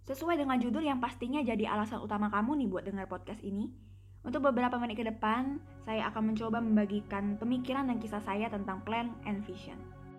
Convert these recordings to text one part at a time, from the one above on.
Sesuai dengan judul yang pastinya jadi alasan utama kamu nih buat dengar podcast ini, untuk beberapa menit ke depan, saya akan mencoba membagikan pemikiran dan kisah saya tentang plan and vision.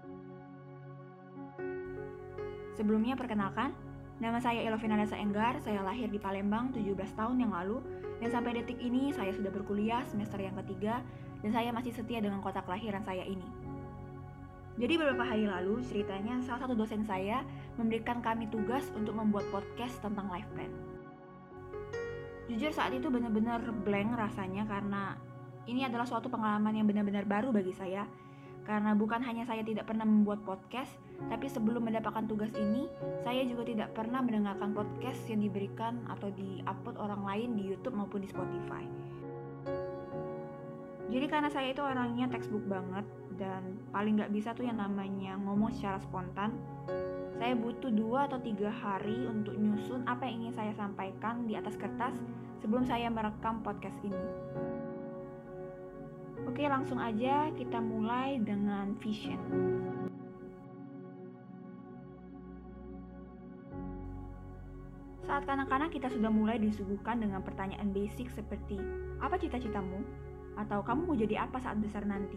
Sebelumnya perkenalkan, nama saya Elovina Dasa Enggar, saya lahir di Palembang 17 tahun yang lalu, dan sampai detik ini saya sudah berkuliah semester yang ketiga, dan saya masih setia dengan kota kelahiran saya ini. Jadi beberapa hari lalu ceritanya salah satu dosen saya memberikan kami tugas untuk membuat podcast tentang life plan. Jujur saat itu benar-benar blank rasanya karena ini adalah suatu pengalaman yang benar-benar baru bagi saya. Karena bukan hanya saya tidak pernah membuat podcast, tapi sebelum mendapatkan tugas ini, saya juga tidak pernah mendengarkan podcast yang diberikan atau di-upload orang lain di YouTube maupun di Spotify. Jadi karena saya itu orangnya textbook banget dan paling gak bisa tuh yang namanya ngomong secara spontan, saya butuh 2 atau 3 hari untuk nyusun apa yang ingin saya sampaikan di atas kertas sebelum saya merekam podcast ini. Oke, langsung aja kita mulai dengan vision. Saat kanak-kanak kita sudah mulai disuguhkan dengan pertanyaan basic seperti, apa cita-citamu? Atau kamu mau jadi apa saat besar nanti?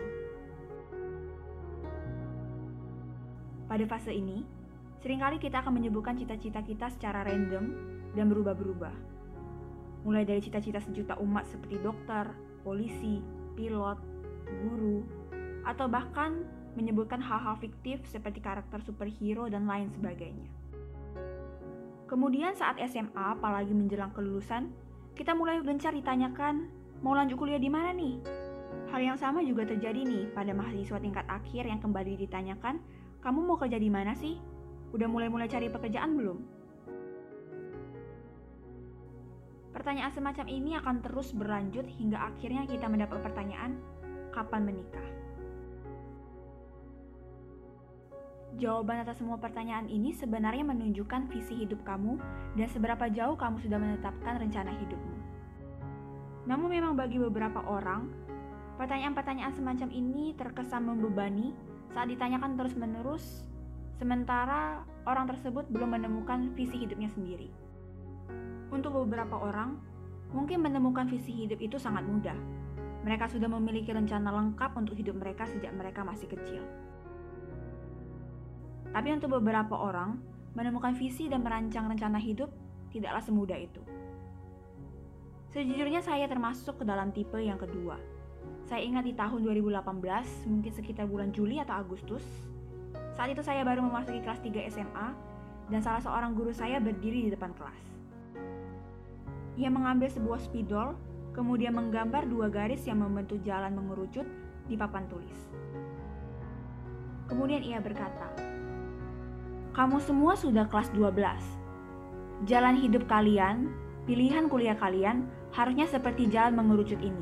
Pada fase ini, seringkali kita akan menyebutkan cita-cita kita secara random dan berubah-berubah. Mulai dari cita-cita sejuta umat seperti dokter, polisi, pilot, guru, atau bahkan menyebutkan hal-hal fiktif seperti karakter superhero dan lain sebagainya. Kemudian saat SMA, apalagi menjelang kelulusan, kita mulai gencar ditanyakan, mau lanjut kuliah di mana nih? Hal yang sama juga terjadi nih pada mahasiswa tingkat akhir yang kembali ditanyakan, kamu mau kerja di mana sih? Udah mulai cari pekerjaan belum? Pertanyaan semacam ini akan terus berlanjut hingga akhirnya kita mendapat pertanyaan, kapan menikah? Jawaban atas semua pertanyaan ini sebenarnya menunjukkan visi hidup kamu dan seberapa jauh kamu sudah menetapkan rencana hidupmu. Namun memang bagi beberapa orang, pertanyaan-pertanyaan semacam ini terkesan membebani saat ditanyakan terus-menerus, sementara orang tersebut belum menemukan visi hidupnya sendiri. Untuk beberapa orang, mungkin menemukan visi hidup itu sangat mudah. Mereka sudah memiliki rencana lengkap untuk hidup mereka sejak mereka masih kecil. Tapi untuk beberapa orang, menemukan visi dan merancang rencana hidup tidaklah semudah itu. Sejujurnya saya termasuk ke dalam tipe yang kedua. Saya ingat di tahun 2018, mungkin sekitar bulan Juli atau Agustus. Saat itu saya baru memasuki kelas 3 SMA dan salah seorang guru saya berdiri di depan kelas. Ia mengambil sebuah spidol, kemudian menggambar 2 garis yang membentuk jalan mengerucut di papan tulis. Kemudian ia berkata, "Kamu semua sudah kelas 12. Jalan hidup kalian, pilihan kuliah kalian harusnya seperti jalan mengerucut ini."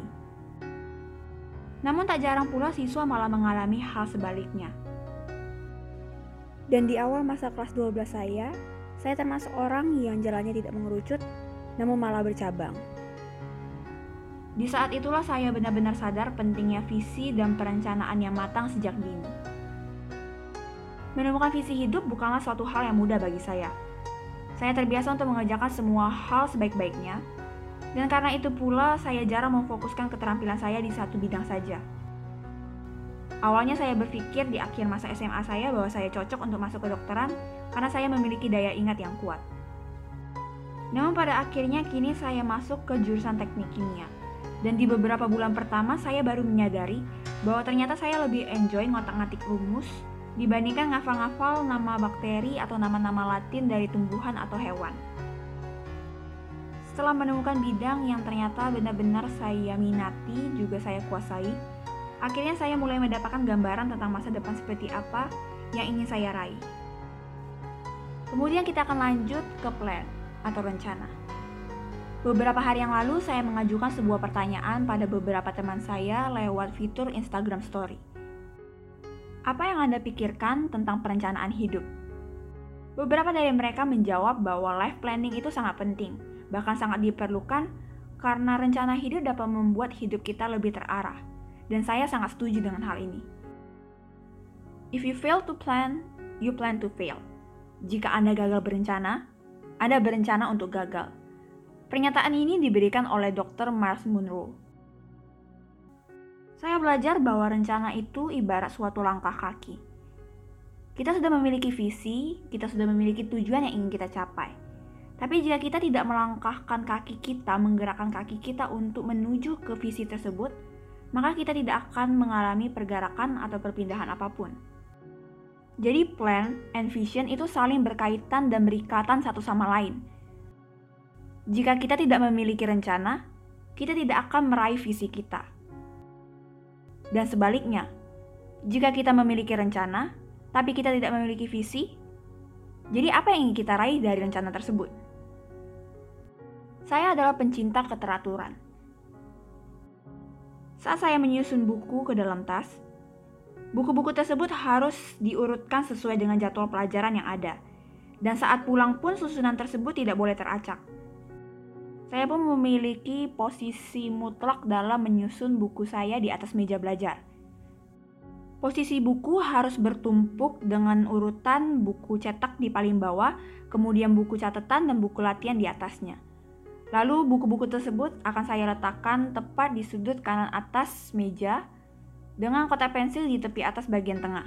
Namun tak jarang pula siswa malah mengalami hal sebaliknya. Dan di awal masa kelas 12 saya termasuk orang yang jalannya tidak mengerucut, namun malah bercabang. Di saat itulah saya benar-benar sadar pentingnya visi dan perencanaan yang matang sejak dini. Menemukan visi hidup bukanlah suatu hal yang mudah bagi saya. Saya terbiasa untuk mengerjakan semua hal sebaik-baiknya, dan karena itu pula saya jarang memfokuskan keterampilan saya di satu bidang saja. Awalnya saya berpikir di akhir masa SMA saya bahwa saya cocok untuk masuk kedokteran karena saya memiliki daya ingat yang kuat. Namun pada akhirnya kini saya masuk ke jurusan teknik kimia. Dan di beberapa bulan pertama saya baru menyadari bahwa ternyata saya lebih enjoy ngotak-ngatik rumus dibandingkan ngafal-ngafal nama bakteri atau nama-nama Latin dari tumbuhan atau hewan. Setelah menemukan bidang yang ternyata benar-benar saya minati juga saya kuasai, akhirnya saya mulai mendapatkan gambaran tentang masa depan seperti apa yang ingin saya raih. Kemudian kita akan lanjut ke plan atau rencana. Beberapa hari yang lalu saya mengajukan sebuah pertanyaan pada beberapa teman saya lewat fitur Instagram Story. Apa yang Anda pikirkan tentang perencanaan hidup? Beberapa dari mereka menjawab bahwa life planning itu sangat penting, bahkan sangat diperlukan karena rencana hidup dapat membuat hidup kita lebih terarah. Dan saya sangat setuju dengan hal ini. If you fail to plan, you plan to fail. Jika Anda gagal berencana, Anda berencana untuk gagal. Pernyataan ini diberikan oleh Dr. Myles Munroe. Saya belajar bahwa rencana itu ibarat suatu langkah kaki. Kita sudah memiliki visi, kita sudah memiliki tujuan yang ingin kita capai. Tapi jika kita tidak melangkahkan kaki kita, menggerakkan kaki kita untuk menuju ke visi tersebut, maka kita tidak akan mengalami pergerakan atau perpindahan apapun. Jadi plan and vision itu saling berkaitan dan berikatan satu sama lain. Jika kita tidak memiliki rencana, kita tidak akan meraih visi kita. Dan sebaliknya, jika kita memiliki rencana, tapi kita tidak memiliki visi, jadi apa yang ingin kita raih dari rencana tersebut? Saya adalah pencinta keteraturan. Saat saya menyusun buku ke dalam tas, buku-buku tersebut harus diurutkan sesuai dengan jadwal pelajaran yang ada. Dan saat pulang pun susunan tersebut tidak boleh teracak. Saya pun memiliki posisi mutlak dalam menyusun buku saya di atas meja belajar. Posisi buku harus bertumpuk dengan urutan buku cetak di paling bawah, kemudian buku catatan dan buku latihan di atasnya. Lalu buku-buku tersebut akan saya letakkan tepat di sudut kanan atas meja dengan kotak pensil di tepi atas bagian tengah.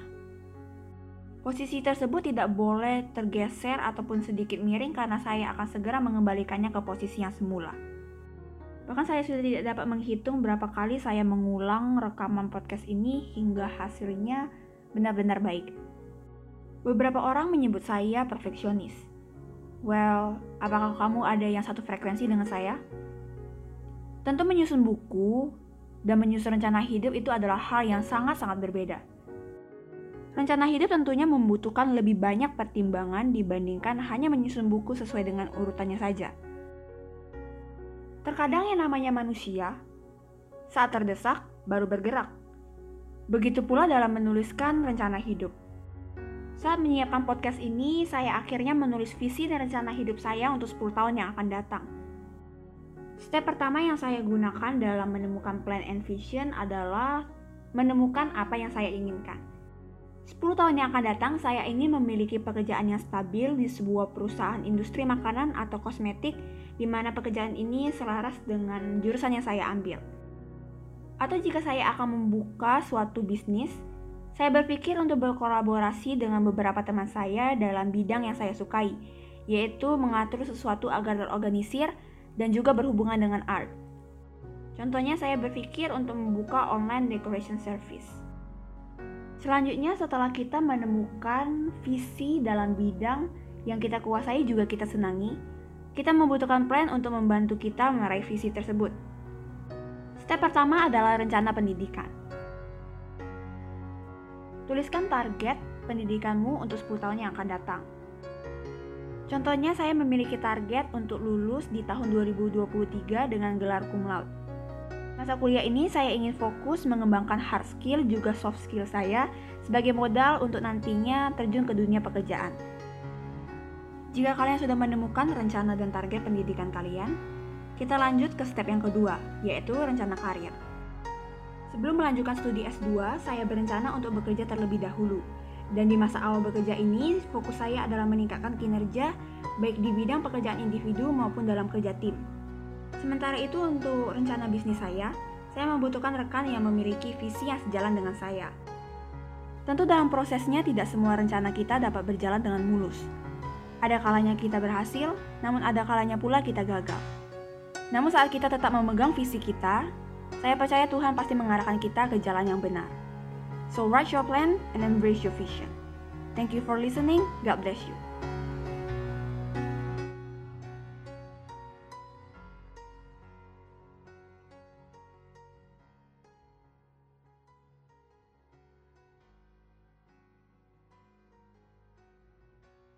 Posisi tersebut tidak boleh tergeser ataupun sedikit miring karena saya akan segera mengembalikannya ke posisi yang semula. Bahkan saya sudah tidak dapat menghitung berapa kali saya mengulang rekaman podcast ini hingga hasilnya benar-benar baik. Beberapa orang menyebut saya perfeksionis. Well, apakah kamu ada yang satu frekuensi dengan saya? Tentu menyusun buku dan menyusun rencana hidup itu adalah hal yang sangat-sangat berbeda. Rencana hidup tentunya membutuhkan lebih banyak pertimbangan dibandingkan hanya menyusun buku sesuai dengan urutannya saja. Terkadang yang namanya manusia, saat terdesak baru bergerak. Begitu pula dalam menuliskan rencana hidup. Saat menyiapkan podcast ini, saya akhirnya menulis visi dan rencana hidup saya untuk 10 tahun yang akan datang. Step pertama yang saya gunakan dalam menemukan plan and vision adalah menemukan apa yang saya inginkan. 10 tahun yang akan datang, saya ingin memiliki pekerjaan yang stabil di sebuah perusahaan industri makanan atau kosmetik, di mana pekerjaan ini selaras dengan jurusan yang saya ambil. Atau jika saya akan membuka suatu bisnis, saya berpikir untuk berkolaborasi dengan beberapa teman saya dalam bidang yang saya sukai, yaitu mengatur sesuatu agar terorganisir dan juga berhubungan dengan art. Contohnya saya berpikir untuk membuka online decoration service. Selanjutnya, setelah kita menemukan visi dalam bidang yang kita kuasai juga kita senangi, kita membutuhkan plan untuk membantu kita meraih visi tersebut. Step pertama adalah rencana pendidikan. Tuliskan target pendidikanmu untuk 10 tahun yang akan datang. Contohnya, saya memiliki target untuk lulus di tahun 2023 dengan gelar cum laude. Masa kuliah ini saya ingin fokus mengembangkan hard skill juga soft skill saya sebagai modal untuk nantinya terjun ke dunia pekerjaan. Jika kalian sudah menemukan rencana dan target pendidikan kalian, kita lanjut ke step yang kedua, yaitu rencana karir. Sebelum melanjutkan studi S2, saya berencana untuk bekerja terlebih dahulu. Dan di masa awal bekerja ini, fokus saya adalah meningkatkan kinerja baik di bidang pekerjaan individu maupun dalam kerja tim. Sementara itu untuk rencana bisnis saya membutuhkan rekan yang memiliki visi yang sejalan dengan saya. Tentu dalam prosesnya tidak semua rencana kita dapat berjalan dengan mulus. Ada kalanya kita berhasil, namun ada kalanya pula kita gagal. Namun saat kita tetap memegang visi kita, saya percaya Tuhan pasti mengarahkan kita ke jalan yang benar. So write your plan and embrace your vision. Thank you for listening. God bless you.